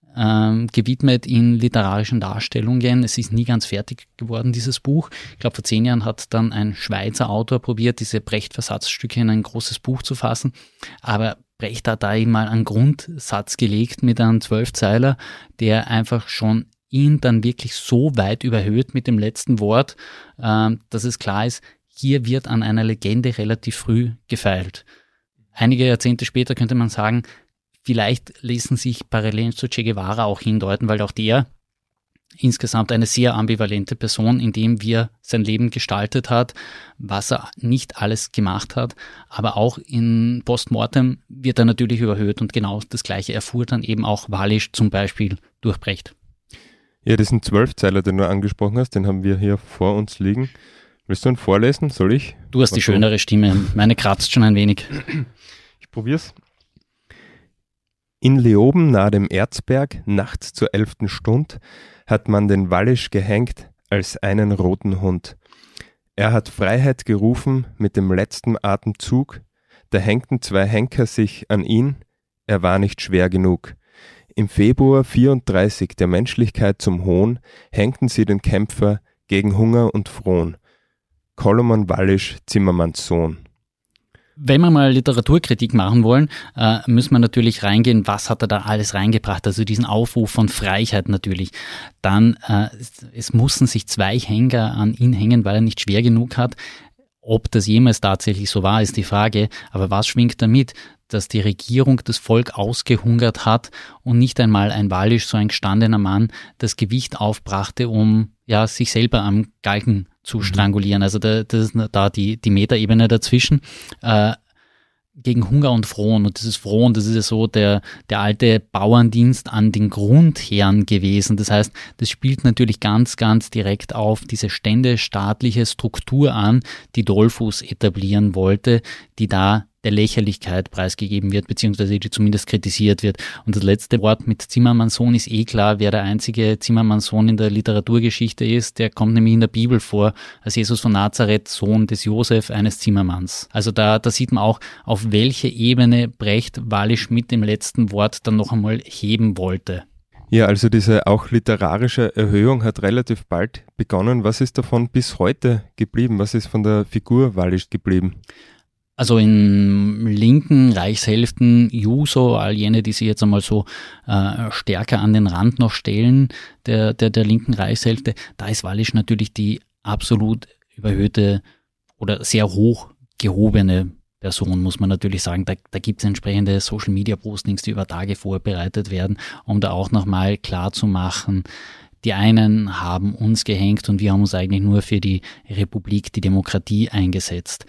gewidmet in literarischen Darstellungen. Es ist nie ganz fertig geworden, dieses Buch. Ich glaube, vor 10 Jahren hat dann ein Schweizer Autor probiert, diese Brecht-Versatzstücke in ein großes Buch zu fassen. Aber Brecht hat da eben mal einen Grundsatz gelegt mit einem 12-Zeiler, der einfach schon ihn dann wirklich so weit überhöht mit dem letzten Wort, dass es klar ist, hier wird an einer Legende relativ früh gefeilt. Einige Jahrzehnte später könnte man sagen, vielleicht ließen sich Parallelen zu Che Guevara auch hindeuten, weil auch der insgesamt eine sehr ambivalente Person, in dem wie er sein Leben gestaltet hat, was er nicht alles gemacht hat, aber auch in Postmortem wird er natürlich überhöht und genau das Gleiche erfuhr dann eben auch Wallisch zum Beispiel durch Brecht. Ja, diesen 12-Zeiler, den du angesprochen hast, den haben wir hier vor uns liegen. Willst du ihn vorlesen? Soll ich? Du hast die schönere Stimme. Meine kratzt schon ein wenig. Ich probier's. In Leoben nahe dem Erzberg, nachts zur 11. Stund, hat man den Wallisch gehängt als einen roten Hund. Er hat Freiheit gerufen mit dem letzten Atemzug, da hängten 2 Henker sich an ihn, er war nicht schwer genug. Im Februar 34 der Menschlichkeit zum Hohn hängten sie den Kämpfer gegen Hunger und Frohn. Koloman Wallisch, Zimmermanns Sohn. Wenn wir mal Literaturkritik machen wollen, müssen wir natürlich reingehen, was hat er da alles reingebracht, also diesen Aufruf von Freiheit natürlich. Dann, es mussten sich 2 Henker an ihn hängen, weil er nicht schwer genug hat. Ob das jemals tatsächlich so war, ist die Frage. Aber was schwingt damit? Dass die Regierung das Volk ausgehungert hat und nicht einmal ein Wallisch, so ein gestandener Mann, das Gewicht aufbrachte, um sich selber am Galgen zu strangulieren. Also das ist da die Metaebene dazwischen. Gegen Hunger und Frohn. Und dieses Frohn, das ist ja so der alte Bauerndienst an den Grundherren gewesen. Das heißt, das spielt natürlich ganz, ganz direkt auf diese ständestaatliche Struktur an, die Dollfuß etablieren wollte, die da der Lächerlichkeit preisgegeben wird, beziehungsweise die zumindest kritisiert wird. Und das letzte Wort mit Zimmermanns Sohn ist klar, wer der einzige Zimmermanns Sohn in der Literaturgeschichte ist. Der kommt nämlich in der Bibel vor, als Jesus von Nazareth, Sohn des Josef, eines Zimmermanns. Also da sieht man auch, auf welche Ebene Brecht Wallisch mit dem letzten Wort dann noch einmal heben wollte. Ja, also diese auch literarische Erhöhung hat relativ bald begonnen. Was ist davon bis heute geblieben? Was ist von der Figur Wallisch geblieben? Also in linken Reichshälften, Juso, all jene, die sich jetzt einmal so stärker an den Rand noch stellen, der linken Reichshälfte, da ist Wallisch natürlich die absolut überhöhte oder sehr hoch gehobene Person, muss man natürlich sagen. Da gibt es entsprechende Social-Media-Postings, die über Tage vorbereitet werden, um da auch nochmal klar zu machen, die einen haben uns gehängt und wir haben uns eigentlich nur für die Republik, die Demokratie eingesetzt.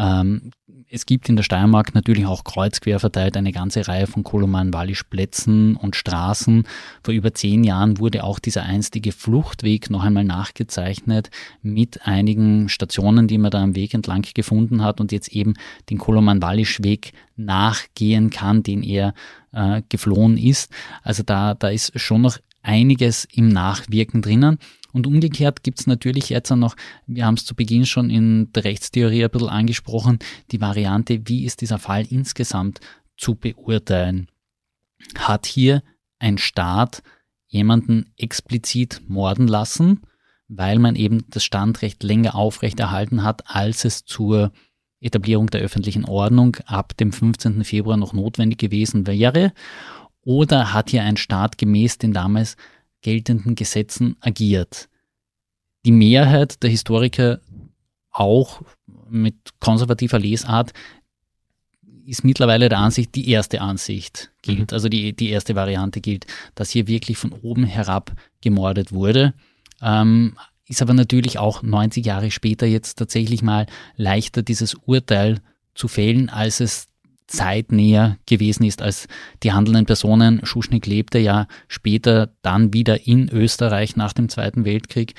Es gibt in der Steiermark natürlich auch kreuzquer verteilt eine ganze Reihe von Koloman-Wallisch-Plätzen und Straßen. Vor über 10 Jahren wurde auch dieser einstige Fluchtweg noch einmal nachgezeichnet mit einigen Stationen, die man da am Weg entlang gefunden hat und jetzt eben den Koloman-Wallisch-Weg nachgehen kann, den er geflohen ist. Also da ist schon noch einiges im Nachwirken drinnen. Und umgekehrt gibt es natürlich jetzt auch noch, wir haben es zu Beginn schon in der Rechtstheorie ein bisschen angesprochen, die Variante, wie ist dieser Fall insgesamt zu beurteilen? Hat hier ein Staat jemanden explizit morden lassen, weil man eben das Standrecht länger aufrechterhalten hat, als es zur Etablierung der öffentlichen Ordnung ab dem 15. Februar noch notwendig gewesen wäre? Oder hat hier ein Staat gemäß den damals geltenden Gesetzen agiert? Die Mehrheit der Historiker, auch mit konservativer Lesart, ist mittlerweile der Ansicht, die erste Ansicht gilt, also die erste Variante gilt, dass hier wirklich von oben herab gemordet wurde. Ist aber natürlich auch 90 Jahre später jetzt tatsächlich mal leichter, dieses Urteil zu fällen, als es zeitnäher gewesen ist als die handelnden Personen. Schuschnigg lebte ja später dann wieder in Österreich nach dem Zweiten Weltkrieg,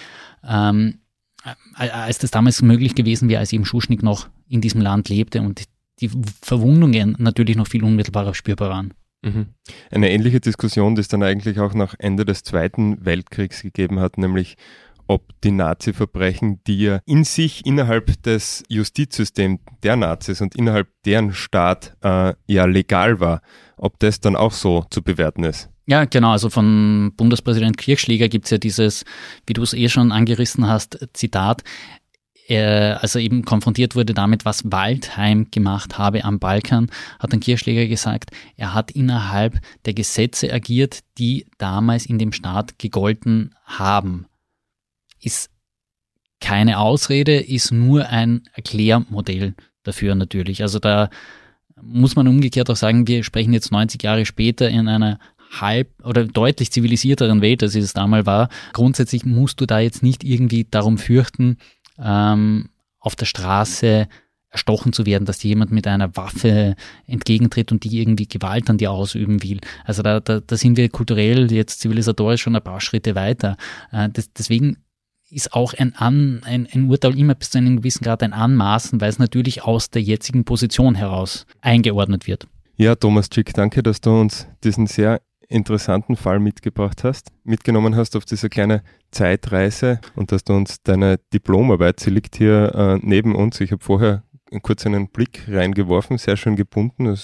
als das damals möglich gewesen wäre, als eben Schuschnigg noch in diesem Land lebte und die Verwundungen natürlich noch viel unmittelbarer spürbar waren. Mhm. Eine ähnliche Diskussion, die es dann eigentlich auch nach Ende des Zweiten Weltkriegs gegeben hat, nämlich ob die Nazi-Verbrechen, die ja in sich innerhalb des Justizsystems der Nazis und innerhalb deren Staat ja legal war, ob das dann auch so zu bewerten ist. Ja, genau. Also von Bundespräsident Kirchschläger gibt es ja dieses, wie du es schon angerissen hast, Zitat, als er eben konfrontiert wurde damit, was Waldheim gemacht habe am Balkan, hat dann Kirchschläger gesagt, er hat innerhalb der Gesetze agiert, die damals in dem Staat gegolten haben. Ist keine Ausrede, ist nur ein Erklärmodell dafür natürlich. Also da muss man umgekehrt auch sagen, wir sprechen jetzt 90 Jahre später in einer oder deutlich zivilisierteren Welt, als es damals war. Grundsätzlich musst du da jetzt nicht irgendwie darum fürchten, auf der Straße erstochen zu werden, dass dir jemand mit einer Waffe entgegentritt und die irgendwie Gewalt an dir ausüben will. Also da sind wir kulturell, jetzt zivilisatorisch schon ein paar Schritte weiter. Deswegen ist auch ein Urteil immer bis zu einem gewissen Grad ein Anmaßen, weil es natürlich aus der jetzigen Position heraus eingeordnet wird. Ja, Thomas Tschick, danke, dass du uns diesen sehr interessanten Fall mitgenommen hast auf diese kleine Zeitreise und dass du uns deine Diplomarbeit, sie liegt hier neben uns, ich habe vorher kurz einen Blick reingeworfen, sehr schön gebunden, das ist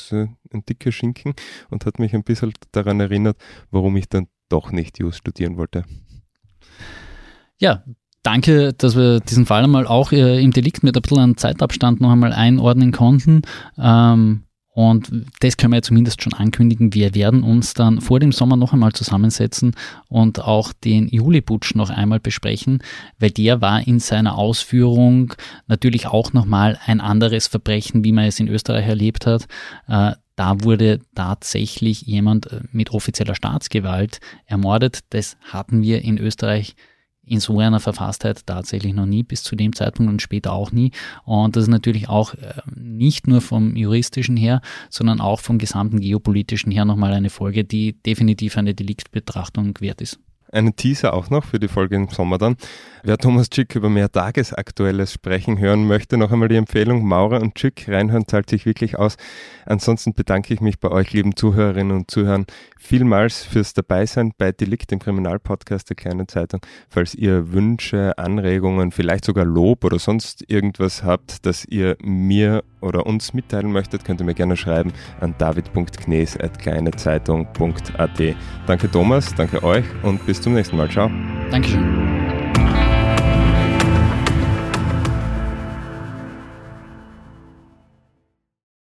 ein dicker Schinken und hat mich ein bisschen daran erinnert, warum ich dann doch nicht Jus studieren wollte. Ja, danke, dass wir diesen Fall einmal auch im Delikt mit ein bisschen an Zeitabstand noch einmal einordnen konnten. Und das können wir ja zumindest schon ankündigen. Wir werden uns dann vor dem Sommer noch einmal zusammensetzen und auch den Juliputsch noch einmal besprechen, weil der war in seiner Ausführung natürlich auch nochmal ein anderes Verbrechen, wie man es in Österreich erlebt hat. Da wurde tatsächlich jemand mit offizieller Staatsgewalt ermordet. Das hatten wir in Österreich in so einer Verfasstheit tatsächlich noch nie, bis zu dem Zeitpunkt und später auch nie. Und das ist natürlich auch nicht nur vom juristischen her, sondern auch vom gesamten geopolitischen her nochmal eine Folge, die definitiv eine Deliktbetrachtung wert ist. Einen Teaser auch noch für die Folge im Sommer dann. Wer Thomas Tschick über mehr Tagesaktuelles sprechen hören möchte, noch einmal die Empfehlung, Maurer und Tschick, reinhören zahlt sich wirklich aus. Ansonsten bedanke ich mich bei euch, lieben Zuhörerinnen und Zuhörern, vielmals fürs Dabeisein bei Delikt, dem Kriminalpodcast der Kleinen Zeitung. Falls ihr Wünsche, Anregungen, vielleicht sogar Lob oder sonst irgendwas habt, das ihr mir oder uns mitteilen möchtet, könnt ihr mir gerne schreiben an david.knes@kleinezeitung.at. Danke Thomas, danke euch und bis zum nächsten Mal. Ciao. Dankeschön.